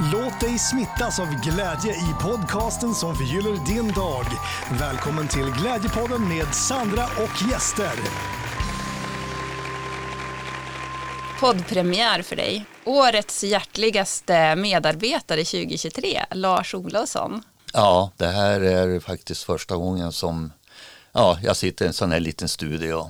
Låt dig smittas av glädje i podcasten som förgyller din dag. Välkommen till Glädjepodden med Sandra och gäster. Poddpremiär för dig. Årets hjärtligaste medarbetare 2023, Lars Olofsson. Ja, det här är faktiskt första gången som jag sitter i en sån här liten studio.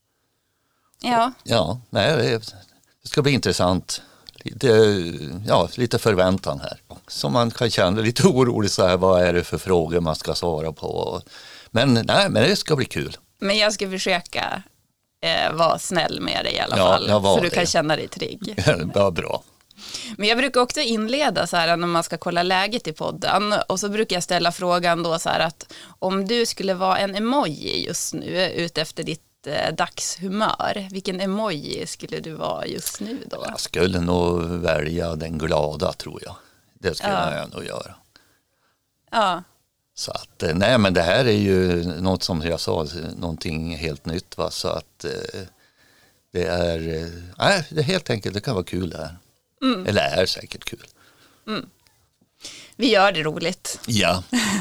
Det ska bli intressant. Lite förväntan här. Så man kan känna lite orolig så här, vad är det för frågor man ska svara på. Men det ska bli kul. Men jag ska försöka vara snäll med dig i alla fall. Så du kan känna dig trygg. Ja, bra. Men jag brukar också inleda så här när man ska kolla läget i podden. Och så brukar jag ställa frågan då så här att om du skulle vara en emoji just nu ut efter ditt dagshumör, vilken emoji skulle du vara just nu då? Jag skulle nog välja den glada, tror jag. Det skulle jag nog göra. Ja. Så att, men det här är ju något som jag sa, någonting helt nytt, va? Så att det är helt enkelt, det kan vara kul det här. Eller är säkert kul. Vi gör det roligt. Ja.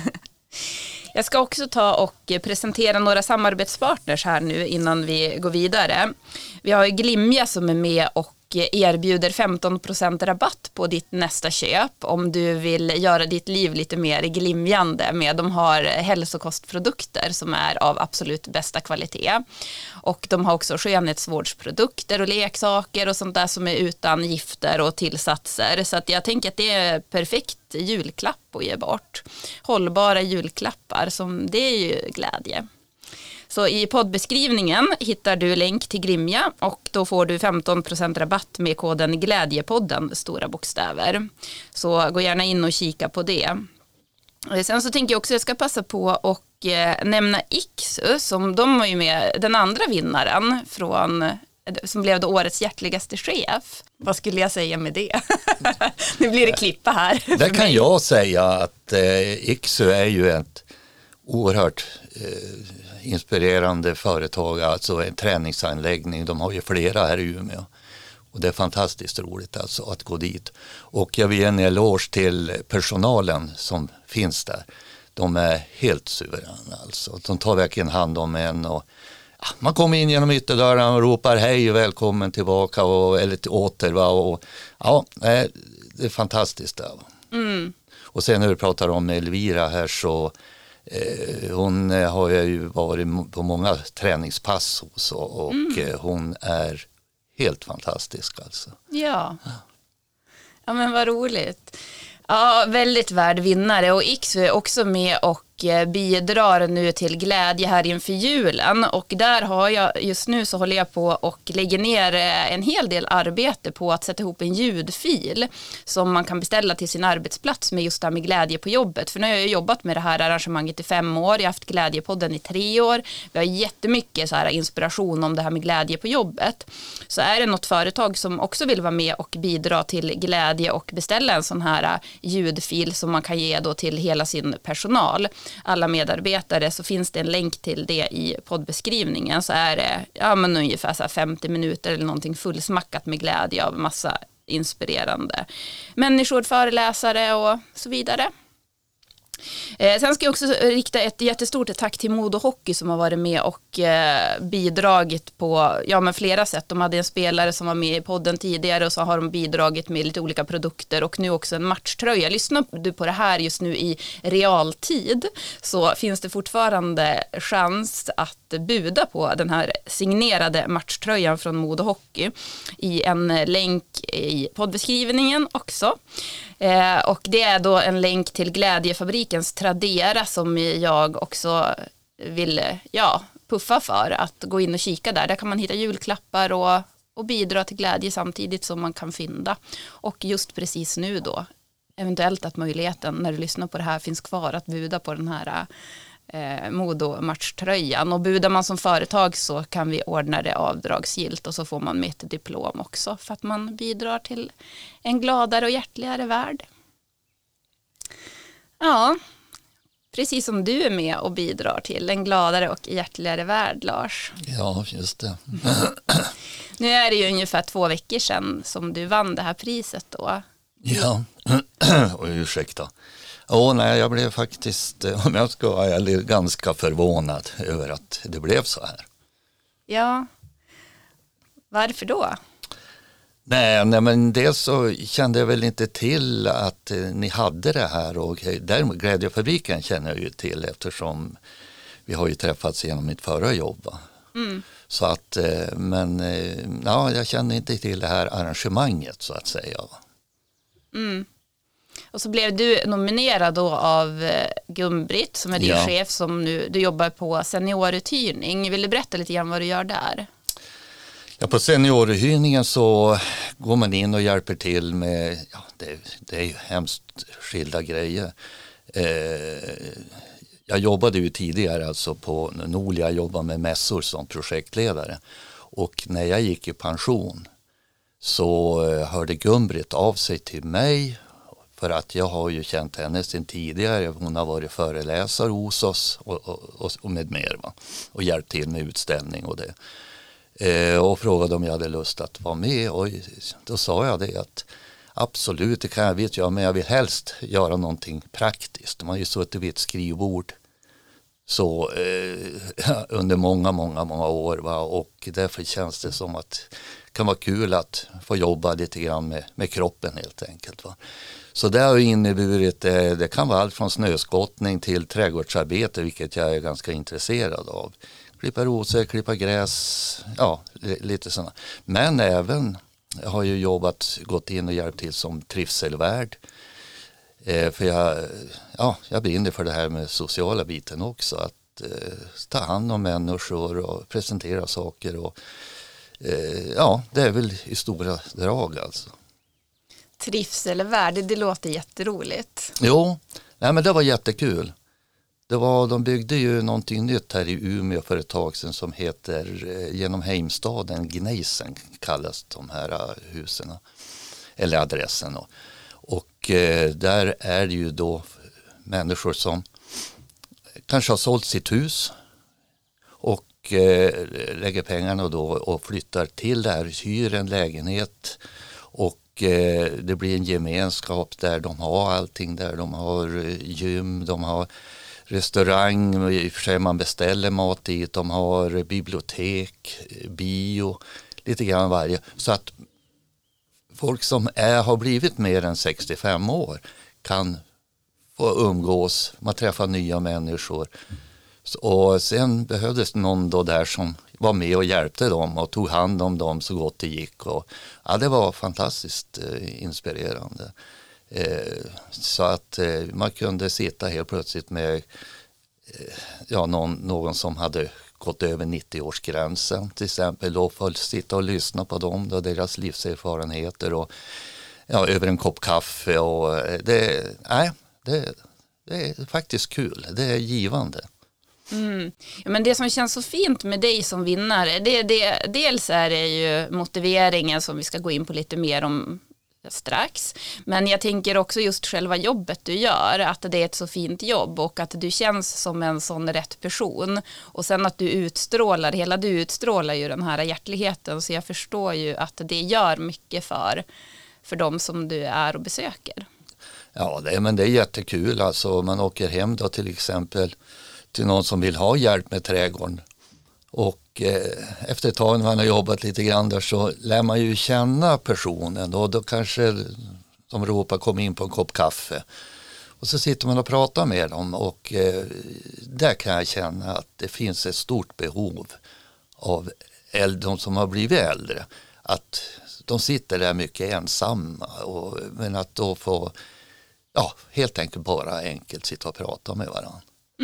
Jag ska också ta och presentera några samarbetspartners här nu innan vi går vidare. Vi har Glimja som är med och erbjuder 15% rabatt på ditt nästa köp om du vill göra ditt liv lite mer glimjande med. De har hälsokostprodukter som är av absolut bästa kvalitet. Och de har också skönhetsvårdsprodukter och leksaker och sånt där som är utan gifter och tillsatser. Så att jag tänker att det är perfekt julklapp att ge bort. Hållbara julklappar, som det är ju glädje. Så i poddbeskrivningen hittar du länk till Glimja och då får du 15% rabatt med koden Glädjepodden, stora bokstäver. Så gå gärna in och kika på det. Sen så tänker jag också att jag ska passa på och nämna Iksu, som de var ju med, den andra vinnaren som blev då årets hjärtligaste chef. Vad skulle jag säga med det? Nu blir det klippa här. Det kan jag säga att Iksu är ju ett oerhört inspirerande företag, alltså en träningsanläggning. De har ju flera här i Umeå. Och det är fantastiskt roligt alltså att gå dit. Och jag vill ge en eloge till personalen som finns där. De är helt suveräna alltså. De tar verkligen hand om en och man kommer in genom ytterdörren och ropar hej och välkommen tillbaka eller åter. Det är fantastiskt där. Och sen när vi pratar om Elvira här så hon har ju varit på många träningspass och hon är helt fantastisk alltså. Ja men vad roligt. Ja, väldigt värd vinnare, och Iksu är också med och bidrar nu till glädje här inför julen, och där har jag just nu så håller jag på och lägger ner en hel del arbete på att sätta ihop en ljudfil som man kan beställa till sin arbetsplats med just det här med glädje på jobbet. För nu har jag jobbat med det här arrangemanget i 5 år, jag har haft Glädjepodden i 3 år, vi har jättemycket så här inspiration om det här med glädje på jobbet. Så är det något företag som också vill vara med och bidra till glädje och beställa en sån här ljudfil som man kan ge då till hela sin personal, alla medarbetare, så finns det en länk till det i poddbeskrivningen. Så är det ungefär så här 50 minuter eller någonting fullsmackat med glädje av massa inspirerande människor, föreläsare och så vidare. Sen ska jag också rikta ett jättestort tack till Modo Hockey som har varit med och bidragit på flera sätt. De hade en spelare som var med i podden tidigare och så har de bidragit med lite olika produkter och nu också en matchtröja. Lyssnar du på det här just nu i realtid så finns det fortfarande chans att buda på den här signerade matchtröjan från Modo Hockey i en länk i poddbeskrivningen också. Och det är då en länk till Glädjefabrikens Tradera som jag också vill puffa för att gå in och kika där. Där kan man hitta julklappar och bidra till glädje samtidigt som man kan fynda. Och just precis nu då, eventuellt att möjligheten när du lyssnar på det här finns kvar att buda på den här Modo-matchtröjan. Och budar man som företag så kan vi ordna det avdragsgillt och så får man med ett diplom också för att man bidrar till en gladare och hjärtligare värld. Ja, precis som du är med och bidrar till en gladare och hjärtligare värld, Lars. Ja, just det. Nu är det ju ungefär 2 veckor sedan som du vann det här priset då. Ja, ursäkta. Nej, jag blev faktiskt, om jag ska vara ärlig, ganska förvånad över att det blev så här. Ja, varför då? Nej, men dels så kände jag väl inte till att ni hade det här, och däremot Glädjefabriken känner jag ju till eftersom vi har ju träffats genom mitt förra jobb. Va? Så att, men ja, jag kände inte till det här arrangemanget så att säga. Och så blev du nominerad då av Gun-Britt som är din chef som nu, du jobbar på senioruthyrning. Vill du berätta lite grann vad du gör där? Ja, på senioruthyrningen så går man in och hjälper till med, det är ju hemskt skilda grejer. Jag jobbade ju tidigare alltså på Nolia, jag jobbade med mässor som projektledare. Och när jag gick i pension så hörde Gun-Britt av sig till mig, för att jag har ju känt henne sedan tidigare. Hon har varit föreläsare hos oss och med mer, va? Och hjälpt till med utställning och det. Och frågade om jag hade lust att vara med, och då sa jag det att absolut, det kan jag vet jag, men jag vill helst göra någonting praktiskt. Man har ju suttit vid ett skrivbord så under många år, va? Och därför känns det som att det kan vara kul att få jobba lite grann med kroppen helt enkelt, va? Så det har inneburit, det kan vara allt från snöskottning till trädgårdsarbete, vilket jag är ganska intresserad av. Klippa rosor, klippa gräs, ja, lite sådana. Men även, jag har ju gått in och hjälpt till som trivselvärd. För jag brinner för det här med sociala biten också. Att ta hand om människor och presentera saker. Och, det är väl i stora drag alltså. Trivselvärd, det låter jätteroligt. Jo, men det var jättekul. De byggde ju någonting nytt här i Umeå för ett tag sedan som heter genom Heimstaden, Gneisen kallas de här husen eller adressen. Och där är det ju då människor som kanske har sålt sitt hus och lägger pengarna då och flyttar till det här, hyr en lägenhet, och det blir en gemenskap där de har allting, där de har gym, de har restaurang, i och för sig man beställer mat dit, de har bibliotek, bio, lite grann varje. Så att folk som har blivit mer än 65 år kan få umgås, man träffar nya människor. Och sen behövdes någon då där som var med och hjälpte dem och tog hand om dem så gott det gick. Och, det var fantastiskt inspirerande. Så att man kunde sitta helt plötsligt med någon som hade gått över 90-årsgränsen till exempel, och få sitta och lyssna på dem och deras livserfarenheter och över en kopp kaffe, och det är faktiskt kul, det är givande. Ja, men det som känns så fint med dig som vinnare, dels är det ju motiveringen som vi ska gå in på lite mer om strax, men jag tänker också just själva jobbet du gör, att det är ett så fint jobb och att du känns som en sån rätt person, och sen att du utstrålar ju den här hjärtligheten, så jag förstår ju att det gör mycket för dem som du är och besöker. Ja, men det är jättekul, alltså man åker hem då till exempel till någon som vill ha hjälp med trädgården, och efter ett tag när man har jobbat lite grann där så lär man ju känna personen, och då kanske de ropar kom in på en kopp kaffe, och så sitter man och pratar med dem, och där kan jag känna att det finns ett stort behov av de som har blivit äldre, att de sitter där mycket ensamma, men att då få helt enkelt bara enkelt sitta och prata med varandra.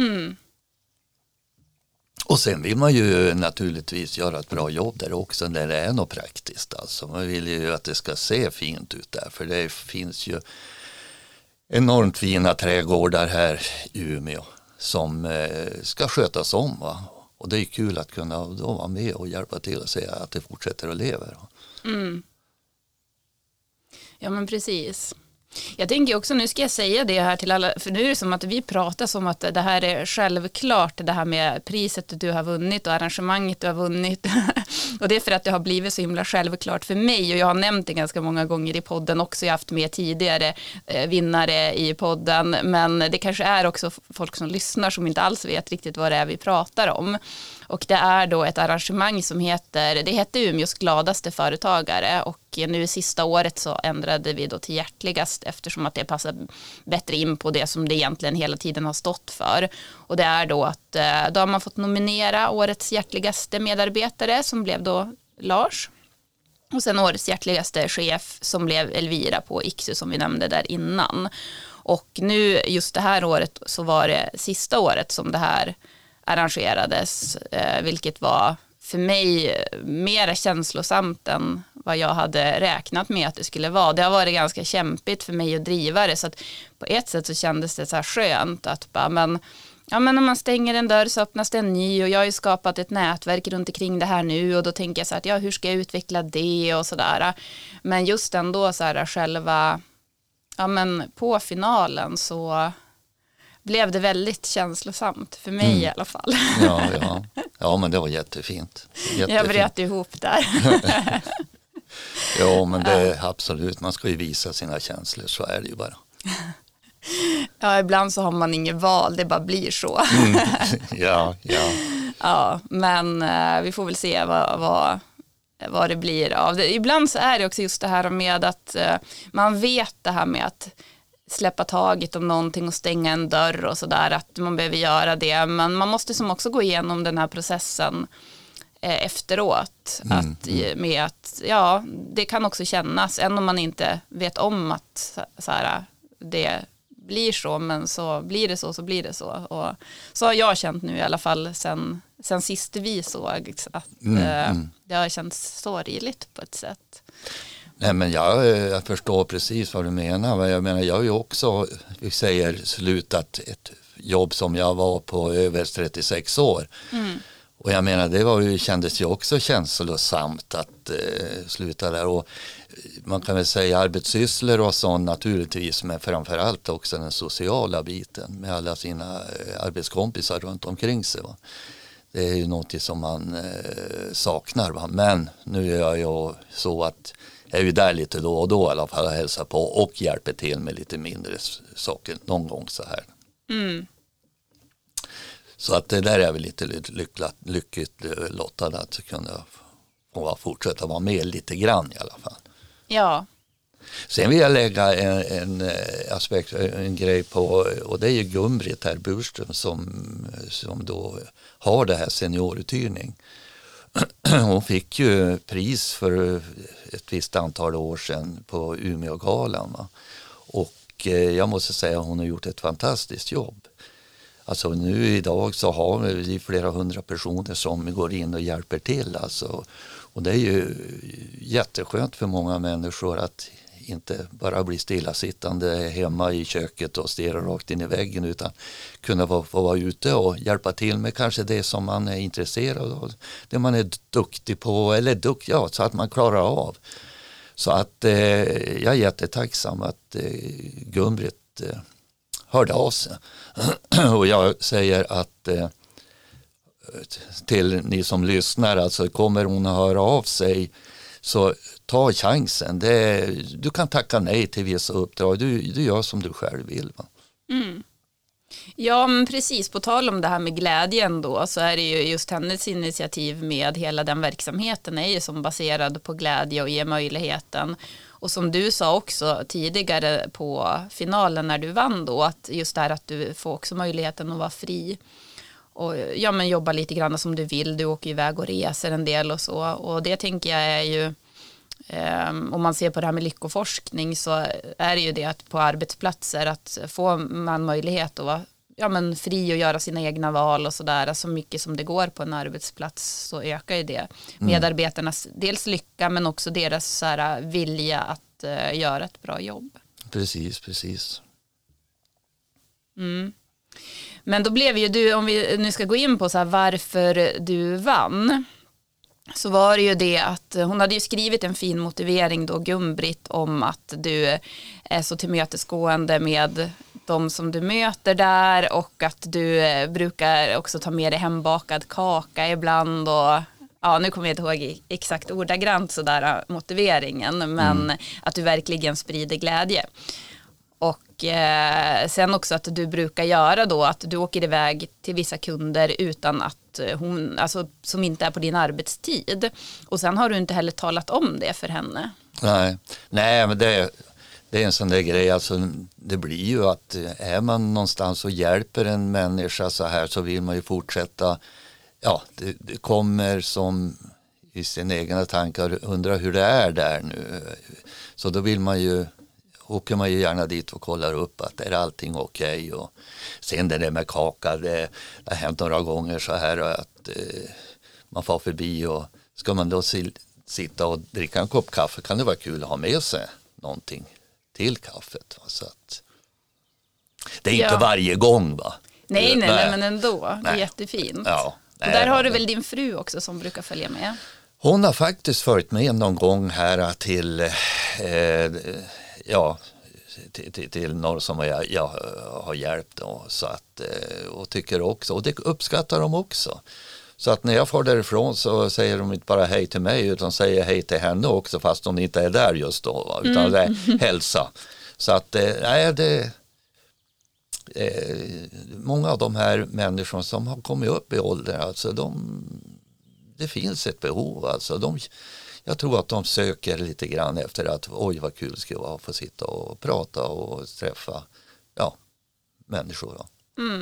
Och sen vill man ju naturligtvis göra ett bra jobb där också när det är något praktiskt. Alltså man vill ju att det ska se fint ut där, för det finns ju enormt fina trädgårdar här i Umeå som ska skötas om. Va? Och det är kul att kunna då vara med och hjälpa till och säga att det fortsätter att leva. Ja, men precis. Jag tänker också, nu ska jag säga det här till alla, för nu är det som att vi pratar som att det här är självklart, det här med priset du har vunnit och arrangemanget du har vunnit. Och det är för att det har blivit så himla självklart för mig, och jag har nämnt det ganska många gånger i podden också. Jag har haft med tidigare vinnare i podden, men det kanske är också folk som lyssnar som inte alls vet riktigt vad det är vi pratar om. Och det är då ett arrangemang som heter Umeås gladaste företagare, och nu sista året så ändrade vi då till hjärtligast, eftersom att det passar bättre in på det som det egentligen hela tiden har stått för. Och det är då att då har man fått nominera årets hjärtligaste medarbetare, som blev då Lars. Och sen årets hjärtligaste chef, som blev Elvira på IKSU, som vi nämnde där innan. Och nu just det här året så var det sista året som det här arrangerades, vilket var för mig mer känslosamt än vad jag hade räknat med att det skulle vara. Det har varit ganska kämpigt för mig att driva det, så att på ett sätt så kändes det så här skönt att bara, men om man stänger en dörr så öppnas det en ny, och jag har ju skapat ett nätverk runt omkring det här nu, och då tänker jag så här att hur ska jag utveckla det och sådär. Men just ändå så här själva, på finalen så blev det väldigt känslosamt för mig i alla fall. Ja, men det var jättefint. Jag bröt ihop där. Ja, men det är absolut, man ska ju visa sina känslor, så är det ju bara. Ja, ibland så har man ingen val, det bara blir så. Ja. Ja, men vi får väl se vad det blir av det. Ibland så är det också just det här med att man vet det här med att släppa taget om någonting och stänga en dörr och sådär, att man behöver göra det, men man måste som också gå igenom den här processen efteråt, med att det kan också kännas, även om man inte vet om att så här, det blir så, men så blir det så blir det så, och så har jag känt nu i alla fall sen sist vi såg att det har känts sorgligt på ett sätt. Nej, men jag förstår precis vad du menar. Jag menar, jag har ju också, vi säger, slutat ett jobb som jag var på över 36 år. Och jag menar, kändes ju också känslosamt att sluta där. Och man kan väl säga arbetssysslor och sånt naturligtvis, men framförallt också den sociala biten med alla sina arbetskompisar runt omkring sig. Va? Det är ju något som man saknar. Va? Men nu är jag ju så att jag är ju där lite då och då i alla fall, hälsar på och hjälper till med lite mindre saker någon gång så här. Så att det där är väl lite lyckligt lottad att kunna fortsätta vara med lite grann i alla fall. Ja. Sen vill jag lägga en aspekt, en grej på, och det är ju Gun-Britt här Burström som då har det här senioruthyrning. Hon fick ju pris för ett visst antal år sedan på Umeågalan. Va? Och jag måste säga att hon har gjort ett fantastiskt jobb. Alltså nu idag så har vi flera hundra personer som går in och hjälper till. Alltså. Och det är ju jätteskönt för många människor att inte bara bli stillasittande hemma i köket och stirra rakt in i väggen, utan kunna få vara ute och hjälpa till med kanske det som man är intresserad av, det man är duktig på, eller så att man klarar av. Så att jag är jättetacksam att Gun-Britt hörde av sig. Och jag säger att till ni som lyssnar, alltså kommer hon att höra av sig, så ta chansen. Du kan tacka nej till vissa uppdrag. Du gör som du själv vill. Va? Ja, men precis. På tal om det här med glädjen då, så är det ju just hennes initiativ med hela den verksamheten är ju som baserad på glädje och ge möjligheten. Och som du sa också tidigare på finalen när du vann då, att just det här att du får också möjligheten att vara fri. Och jobba lite grann som du vill. Du åker iväg och reser en del och så. Och det tänker jag är ju, om man ser på det här med lyckoforskning, så är det ju det att på arbetsplatser att få man möjlighet att vara fri och göra sina egna val och sådär. Så mycket som det går på en arbetsplats så ökar ju det medarbetarnas dels lycka, men också deras så här, vilja att göra ett bra jobb. Precis. Men då blev ju du, om vi nu ska gå in på så här, varför du vann, så var det ju det att hon hade ju skrivit en fin motivering då, Gun-Britt, om att du är så tillmötesgående med de som du möter där och att du brukar också ta med dig hembakad kaka ibland och ja, nu kommer jag inte ihåg exakt ordagrant sådär motiveringen, men att du verkligen sprider glädje. Och sen också att du brukar göra då att du åker iväg till vissa kunder utan att hon, alltså som inte är på din arbetstid. Och sen har du inte heller talat om det för henne. Nej, men det är en sån där grej, alltså det blir ju att är man någonstans och hjälper en människa så här så vill man ju fortsätta, ja det kommer som i sina egna tankar, undra hur det är där nu. Så då åker man ju gärna dit och kollar upp att är allting okej. Och sen det där med kaka, det har hänt några gånger så här att man får förbi och ska man då sitta och dricka en kopp kaffe kan det vara kul att ha med sig någonting till kaffet. Så att det är inte varje gång va? Nej, men ändå. Det är jättefint. Ja, och där har du väl din fru också som brukar följa med? Hon har faktiskt följt med någon gång här till till någon som jag har hjälpt då, så att, och tycker också, och det uppskattar de också. Så att när jag får därifrån så säger de inte bara hej till mig utan säger hej till henne också fast hon inte är där just då va? Utan det är hälsa. Så att många av de här människorna som har kommit upp i ålder, alltså det finns ett behov alltså. Jag tror att de söker lite grann efter att oj vad kul ska vara att få sitta och prata och träffa människor. Ja.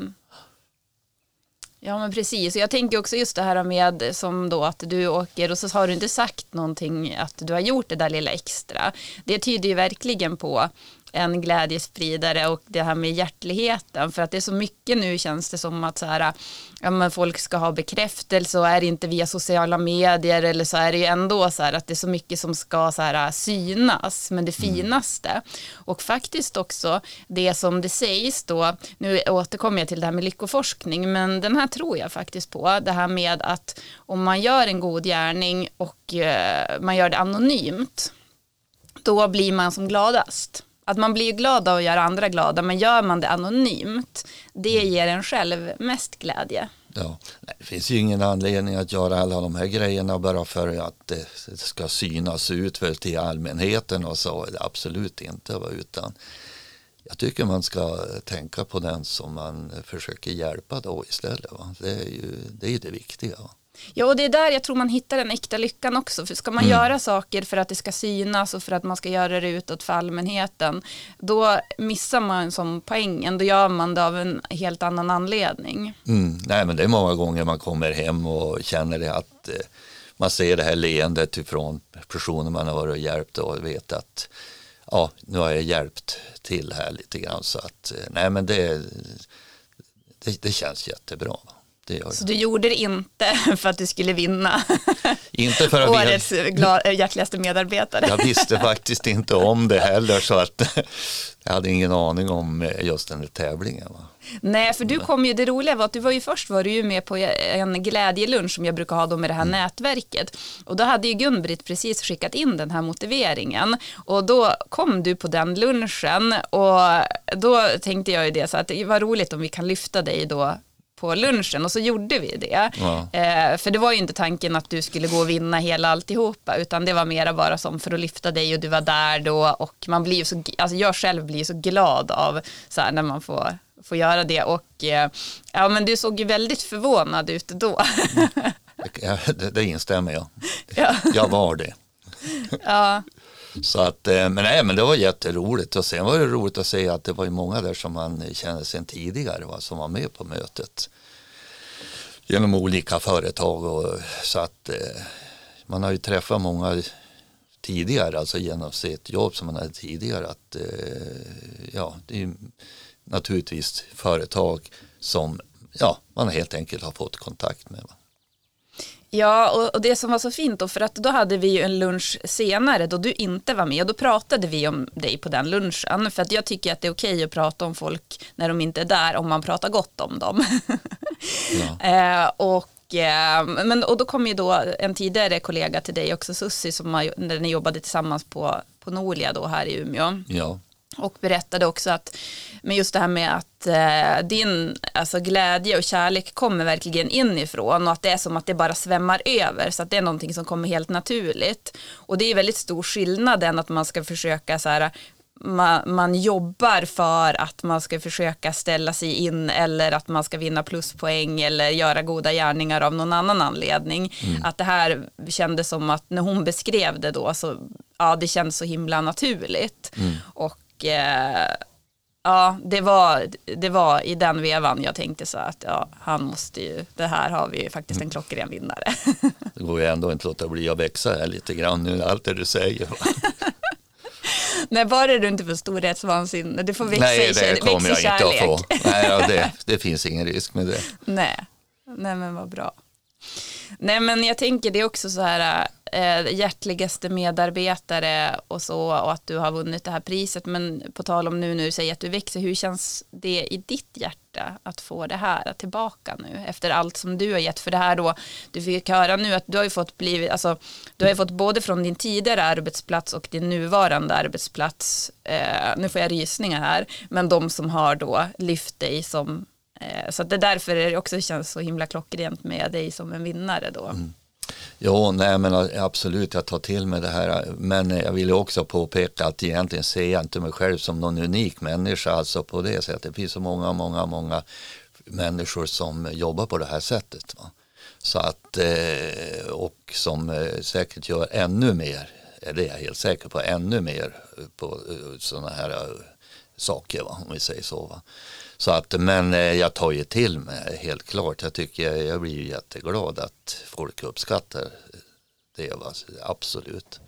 Ja men precis, och jag tänker också just det här med som då att du åker och så har du inte sagt någonting att du har gjort det där lilla extra. Det tyder ju verkligen på en glädjespridare och det här med hjärtligheten, för att det är så mycket nu känns det som att så här, ja, men folk ska ha bekräftelse och är det inte via sociala medier eller så är det ju ändå så här att det är så mycket som ska så här synas, men det finaste och faktiskt också det som det sägs då, nu återkommer jag till det här med lyckoforskning, men den här tror jag faktiskt på, det här med att om man gör en god gärning och man gör det anonymt, då blir man som gladast. Att man blir glad av att göra andra glada, men gör man det anonymt, det ger en själv mest glädje. Ja, det finns ju ingen anledning att göra alla de här grejerna bara för att det ska synas ut för till allmänheten och så, absolut inte, utan jag tycker man ska tänka på den som man försöker hjälpa då istället. Va? Det är ju det viktiga. Va? Ja, och det är där jag tror man hittar den äkta lyckan också. För ska man göra saker för att det ska synas och för att man ska göra det utåt för allmänheten, då missar man som poängen. Då gör man det av en helt annan anledning. Nej, men det är många gånger man kommer hem och känner det att man ser det här leendet ifrån personer man har varit och hjälpt och vet att ja, nu har jag hjälpt till här lite grann. Så att nej, men det känns jättebra. Så du gjorde det inte för att du skulle vinna inte för att årets hjärtligaste medarbetare? Jag visste faktiskt inte om det heller, så att jag hade ingen aning om just den här tävlingen. Va? Nej, för du kom ju, det roliga var att du var ju med på en glädjelunch som jag brukar ha då med det här nätverket. Och då hade ju Gun-Britt precis skickat in den här motiveringen. Och då kom du på den lunchen och då tänkte jag ju det, så att det var roligt om vi kan lyfta dig då på lunchen, och så gjorde vi det. Ja. För det var ju inte tanken att du skulle gå och vinna hela alltihopa, utan det var mera bara som för att lyfta dig, och du var där då, och man blir så, alltså jag själv blir så glad av så här när man får göra det, och ja, men du såg ju väldigt förvånad ut då. Det instämmer jag. Ja. Jag var det. Ja. Så att, men det var jätteroligt, och sen var det roligt att se att det var ju många där som man kände sedan tidigare, va, som var med på mötet genom olika företag, och så att man har ju träffat många tidigare, alltså genom sitt jobb som man hade tidigare, att ja, det är naturligtvis företag som man helt enkelt har fått kontakt med. Va? Ja, och det som var så fint då, för att då hade vi ju en lunch senare då du inte var med, och då pratade vi om dig på den lunchen, för att jag tycker att det är okej att prata om folk när de inte är där, om man pratar gott om dem. Ja. Och och då kom ju då en tidigare kollega till dig också, Sussi, när ni jobbade tillsammans på Nolia då här i Umeå. Ja. Och berättade också att men just det här med att din alltså glädje och kärlek kommer verkligen inifrån och att det är som att det bara svämmar över, så att det är någonting som kommer helt naturligt. Och det är väldigt stor skillnad än att man ska försöka så här, man jobbar för att man ska försöka ställa sig in eller att man ska vinna pluspoäng eller göra goda gärningar av någon annan anledning. Att det här kändes som att när hon beskrev det då, så ja, det känns så himla naturligt. Och ja, det var i den vevan jag tänkte så att ja, han måste ju, det här har vi ju faktiskt en klockren vinnare. Det går ju ändå inte låta bli att växa här lite grann nu, allt det du säger. Nej, bara du inte får storhetsvansinne. Du får växa. Nej, det kommer jag inte att få. Nej, ja, det finns ingen risk med det. Nej, men vad bra. Nej, men jag tänker det är också så här hjärtligaste medarbetare och så, och att du har vunnit det här priset. Men på tal om nu när du säger att du växer, hur känns det i ditt hjärta att få det här tillbaka nu efter allt som du har gett? För det här då, du fick höra nu att du har ju fått du har ju fått både från din tidigare arbetsplats och din nuvarande arbetsplats, nu får jag rysningar här, men de som har då lyft dig som så att det därför är det också känns så himla klockrent med dig som en vinnare då. Ja, nej men absolut, jag tar till mig det här, men jag vill också påpeka att egentligen ser jag inte mig själv som någon unik människa, alltså på det sättet. Det finns så många människor som jobbar på det här sättet, va? Så att och som säkert gör ännu mer, det är jag helt säker på, ännu mer på sådana här saker, va? Om vi säger så, va? Så att, men jag tar ju till mig helt klart. Jag blir ju jätteglad att folk uppskattar det, absolut.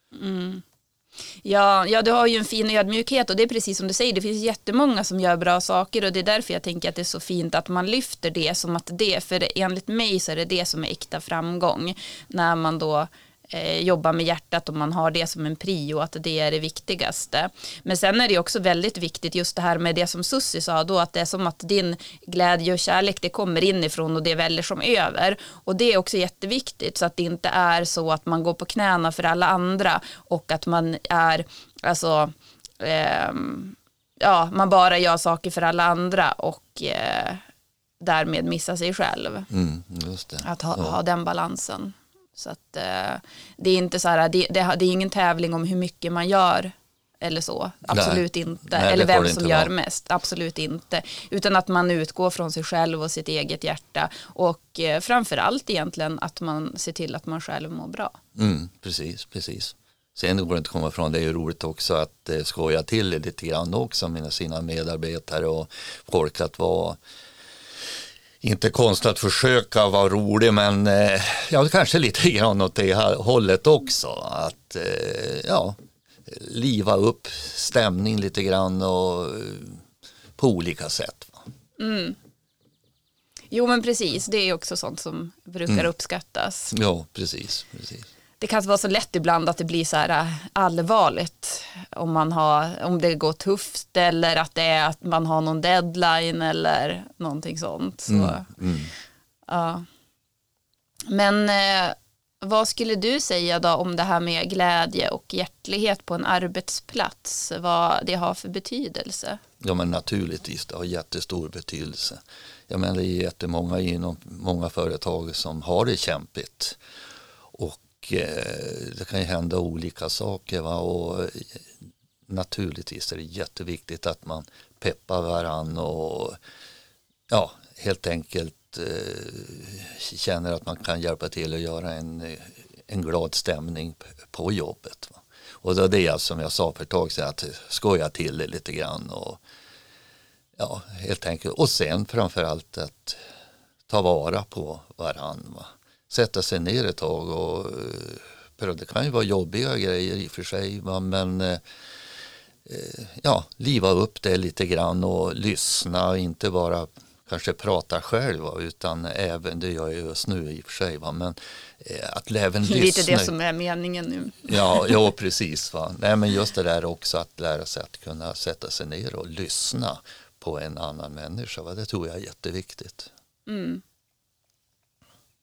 Ja, du har ju en fin ödmjukhet och det är precis som du säger, det finns jättemånga som gör bra saker och det är därför jag tänker att det är så fint att man lyfter det som att det, för enligt mig så är det som är äkta framgång när man då jobba med hjärtat och man har det som en prio, att det är det viktigaste. Men sen är det också väldigt viktigt just det här med det som Sussi sa då, att det är som att din glädje och kärlek det kommer inifrån och det väller som över, och det är också jätteviktigt så att det inte är så att man går på knäna för alla andra och att man är alltså man bara gör saker för alla andra och därmed missar sig själv. Just det. Att ha den balansen. Så att det är inte så här, det är ingen tävling om hur mycket man gör eller så, absolut inte. Nej, eller vem som gör vara. mest, absolut inte. Utan att man utgår från sig själv och sitt eget hjärta och framförallt egentligen att man ser till att man själv mår bra. Precis. Sen går det inte att komma ifrån, det är ju roligt också att skoja till lite grann också med sina medarbetare och folk, att vara inte konstigt att försöka vara rolig, men kanske lite grann åt det här hållet också. Att liva upp stämning lite grann och på olika sätt. Jo, men precis, det är också sånt som brukar uppskattas. Ja, precis. Det kan vara så lätt ibland att det blir så här allvarligt om det går tufft eller att det är att man har någon deadline eller någonting sånt. Så, ja. Men vad skulle du säga då om det här med glädje och hjärtlighet på en arbetsplats? Vad det har för betydelse? Ja, men naturligtvis, det har jättestor betydelse. Jag menar, det är jättemånga inom många företag som har det kämpigt. Och det kan ju hända olika saker, va? Och naturligtvis är det jätteviktigt att man peppar varann och helt enkelt känner att man kan hjälpa till att göra en glad stämning på jobbet, va? Och det är det som jag sa för ett tag sedan, att skoja till det lite grann och helt enkelt, och sen framförallt att ta vara på varann, va? Sätta sig ner ett tag och det kan ju vara jobbiga grejer i och för sig, va? Men liva upp det lite grann och lyssna, inte bara kanske prata själv, va? Utan även, det gör jag just nu i och för sig, va? Men att även lyssna. Lite det som är meningen nu. Ja, precis, va? Nej, men just det där också, att lära sig att kunna sätta sig ner och lyssna på en annan människa, va? Det tror jag är jätteviktigt.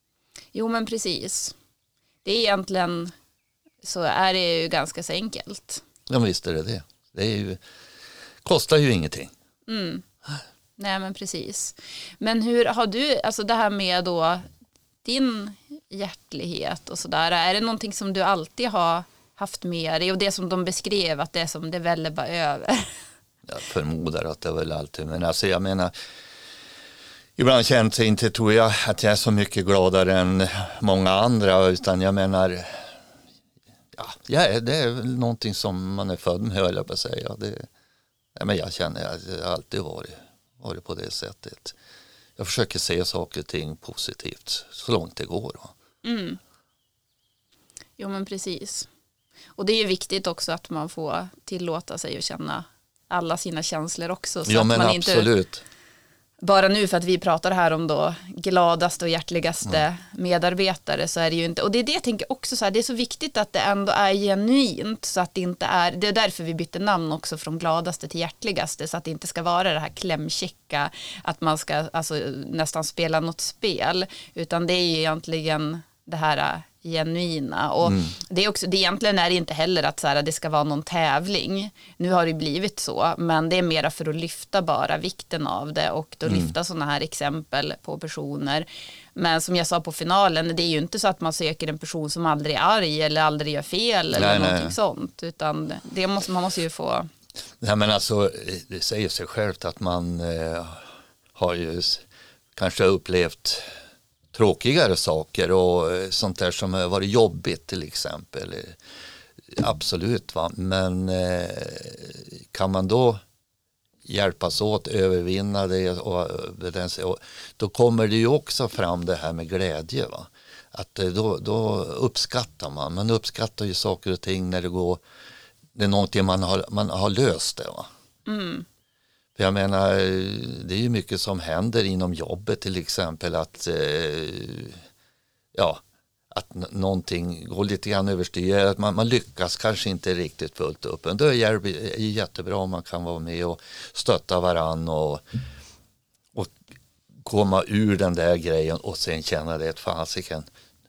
Jo, men precis. Det är egentligen så är det ju ganska så enkelt. Ja, visst är det. Det är ju, kostar ju ingenting. Nej, men precis. Men hur har du, alltså det här med då din hjärtlighet och sådär, är det någonting som du alltid har haft med dig och det som de beskrev att det är som det väller bara över? Jag förmodar att det är väl alltid, men alltså jag menar, ibland känns det inte, tror jag, att jag är så mycket gladare än många andra, utan jag menar, ja, det är väl någonting som man är född med, höll jag på att säga. Men jag känner att jag alltid varit på det sättet. Jag försöker se saker och ting positivt så långt det går. Jo, men precis. Och det är ju viktigt också att man får tillåta sig att känna alla sina känslor också. Så ja, att men man absolut. Inte, bara nu för att vi pratar här om då gladaste och hjärtligaste medarbetare, så är det ju inte, och det är det jag tänker också så här, det är så viktigt att det ändå är genuint, så att det inte är, det är därför vi bytte namn också från gladaste till hjärtligaste, så att det inte ska vara det här klämchecka, att man ska alltså nästan spela något spel, utan det är ju egentligen det här genuina. Och det är också, det egentligen är det inte heller att så här, det ska vara någon tävling. Nu har det blivit så, men det är mera för att lyfta bara vikten av det och då lyfta sådana här exempel på personer. Men som jag sa på finalen, det är ju inte så att man söker en person som aldrig är arg eller aldrig gör fel eller någonting sånt, utan det man måste ju få. Nej, men alltså, det säger sig självt att man har ju kanske upplevt tråkigare saker och sånt där som har varit jobbigt till exempel. Absolut, va? Men kan man då hjälpas åt, övervinna det och då kommer det ju också fram det här med glädje, va? Att då uppskattar man uppskattar ju saker och ting när det är någonting man har löst det, va? För jag menar, det är ju mycket som händer inom jobbet till exempel, att någonting går lite grann överstyr, att man lyckas kanske inte riktigt fullt upp. Men då är det jättebra om man kan vara med och stötta varann och komma ur den där grejen och sen känna det ett fasiken.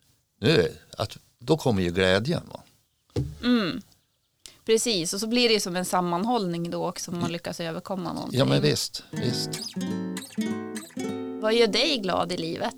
Då kommer ju glädjen, va? Precis, och så blir det ju som en sammanhållning då också om man lyckas överkomma någonting. Ja, men visst. Vad gör dig glad i livet?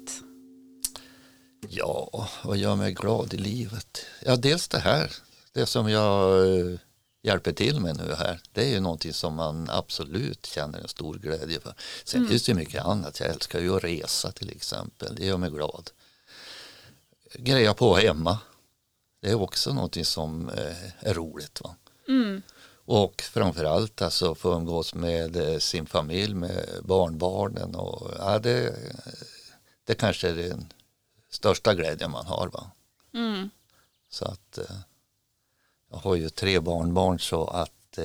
Ja, vad gör mig glad i livet? Ja, dels det som jag hjälper till med nu här. Det är ju någonting som man absolut känner en stor glädje för. Sen finns det mycket annat. Jag älskar ju att resa till exempel. Det gör mig glad. Grejer på hemma. Det är också någonting som är roligt, va? Och framförallt alltså få umgås med sin familj, med barnbarnen och det kanske är den största glädjen man har, va? Så att jag har ju 3 barnbarn, så att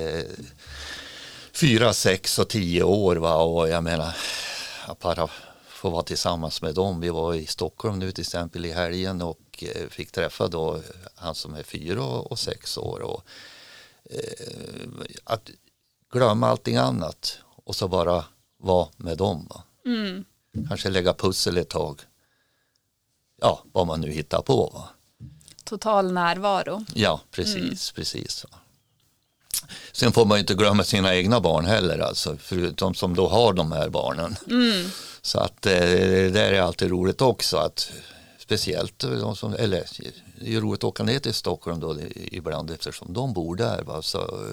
4, 6 och 10 år, va? Och jag menar, jag bara få vara tillsammans med dem. Vi var i Stockholm nu till exempel i helgen och fick träffa då han som är 4 och 6 år och att glömma allting annat och så bara vara med dem, va? Kanske lägga pussel ett tag. Ja, vad man nu hittar på, va? Total närvaro. Ja, precis. Va? Sen får man ju inte glömma sina egna barn heller, alltså, förutom som då har de här barnen. Så att det är alltid roligt också, att speciellt de som, eller det är ju roligt att åka ner till Stockholm då ibland eftersom de bor där, va? Så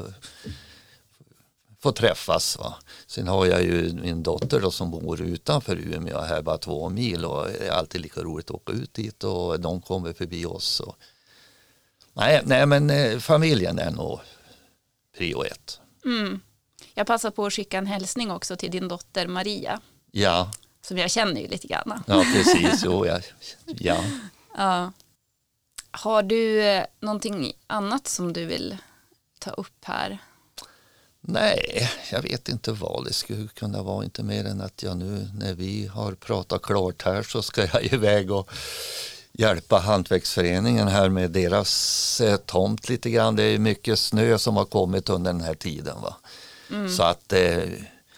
får träffas, va? Sen har jag ju min dotter då som bor utanför Umeå här bara 2 mil och det är alltid lika roligt att åka ut dit och de kommer förbi oss. Och nej, men familjen är nog prio 1. Jag passar på att skicka en hälsning också till din dotter Maria. Ja. Som jag känner ju lite grann. Ja, precis. Ja. Har du någonting annat som du vill ta upp här? Nej, jag vet inte vad det skulle kunna vara. Inte mer än att jag nu när vi har pratat klart här så ska jag iväg och hjälpa Hantverksföreningen här med deras tomt lite grann. Det är mycket snö som har kommit under den här tiden, va? Så att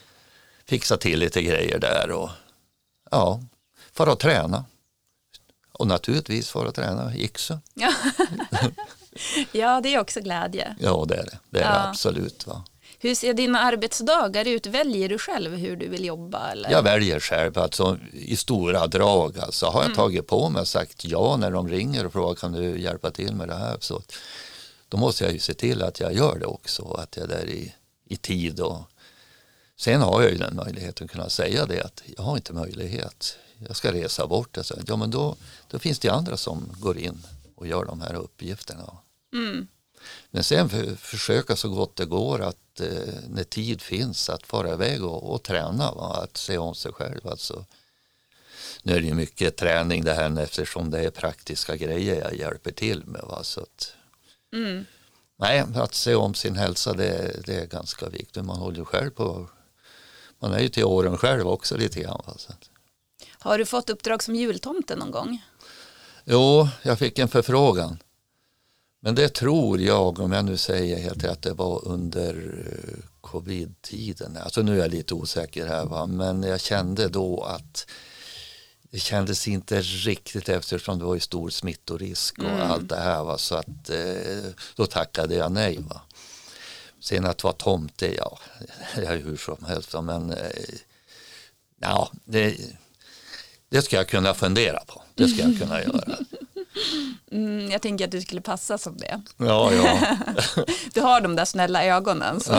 fixa till lite grejer där och ja, för att träna. Och naturligtvis för att träna yxa. Ja. Ja, det är också glädje. Ja, det är det. Det är det absolut. Va? Hur ser dina arbetsdagar ut? Väljer du själv hur du vill jobba? Eller? Jag väljer själv, alltså, i stora drag. Alltså, har jag tagit på mig och sagt ja när de ringer och frågar kan du hjälpa till med det här, så då måste jag ju se till att jag gör det också. Att jag är där i tid. Och sen har jag ju den möjligheten att kunna säga det, att jag har inte möjlighet. Jag ska resa bort. Alltså, ja, men då finns det andra som går in och gör de här uppgifterna. Mm. Men sen försöka så gott det går att när tid finns att fara iväg och träna, va? Att se om sig själv. Alltså, nu är det ju mycket träning det här eftersom det är praktiska grejer jag hjälper till med. Va? Så att, nej, att se om sin hälsa det är ganska viktigt. Man håller ju själv på, man är ju till åren själv också lite grann. Va? Så att. Har du fått uppdrag som jultomte någon gång? Jo, jag fick en förfrågan. Men det tror jag, om jag nu säger helt rätt, det var under covid-tiden. Alltså nu är jag lite osäker här, va? Men jag kände då att det kändes inte riktigt eftersom det var ju stor smittorisk och allt det här. Va? Så att då tackade jag nej. Va? Sen att vara tomte, ja, det är hur som helst. Men ja, det ska jag kunna fundera på. Det ska jag kunna göra. Jag tänker att du skulle passa som det. Ja. Du har de där snälla ögonen. Så.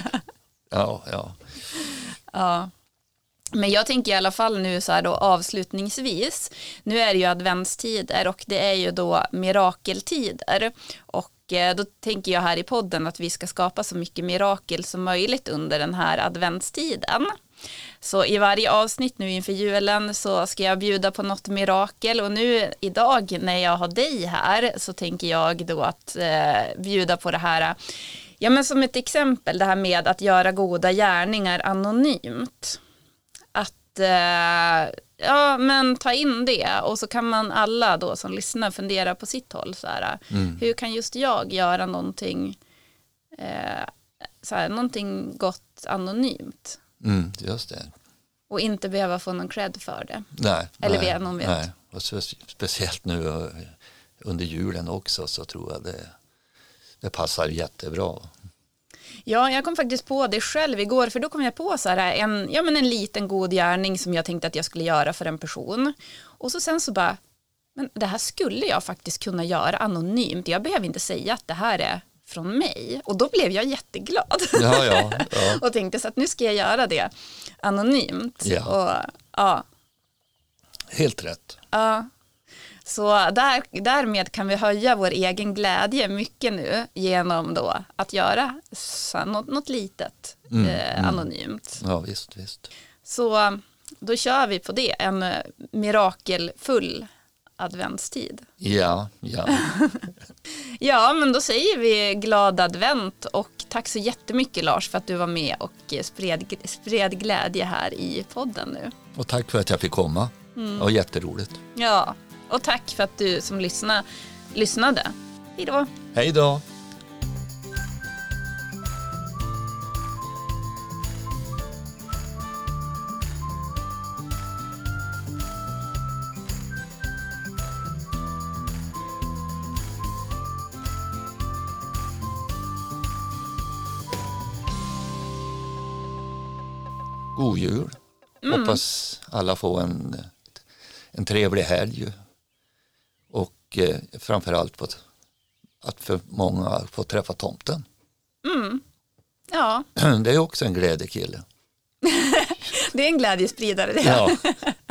Ja. Men jag tänker i alla fall nu så här då avslutningsvis. Nu är det ju adventstider och det är ju då mirakeltider. Och då tänker jag här i podden att vi ska skapa så mycket mirakel som möjligt under den här adventstiden. Så i varje avsnitt nu inför julen så ska jag bjuda på något mirakel, och nu idag när jag har dig här så tänker jag då att bjuda på det här, ja men som ett exempel, det här med att göra goda gärningar anonymt. Att ja men ta in det, och så kan man alla då som lyssnar fundera på sitt håll så här, hur kan just jag göra någonting så här, någonting gott anonymt. Just det. Och inte behöva få någon cred för det. Nej. Eller via någon vet. Nej. Och speciellt nu under julen också så tror jag det passar jättebra. Ja, jag kom faktiskt på det själv igår, för då kom jag på så här en liten god gärning som jag tänkte att jag skulle göra för en person. Och så sen så bara, men det här skulle jag faktiskt kunna göra anonymt. Jag behöver inte säga att det här är från mig. Och då blev jag jätteglad. Ja. Och tänkte så att nu ska jag göra det anonymt. Ja. Och, ja. Helt rätt. Ja. Så därmed kan vi höja vår egen glädje mycket nu genom då att göra något litet anonymt. Ja, visst. Så då kör vi på det, en mirakelfull adventstid. Ja. Ja, men då säger vi glad advent, och tack så jättemycket Lars för att du var med och spred glädje här i podden nu. Och tack för att jag fick komma. Det var jätteroligt. Ja, och tack för att du som lyssnade. Hej då. Hej då. God jul. Hoppas alla får en trevlig helg. Och framförallt att för många får träffa tomten. Ja. Det är också en glädjekille. Det är en glädjespridare det. Ja.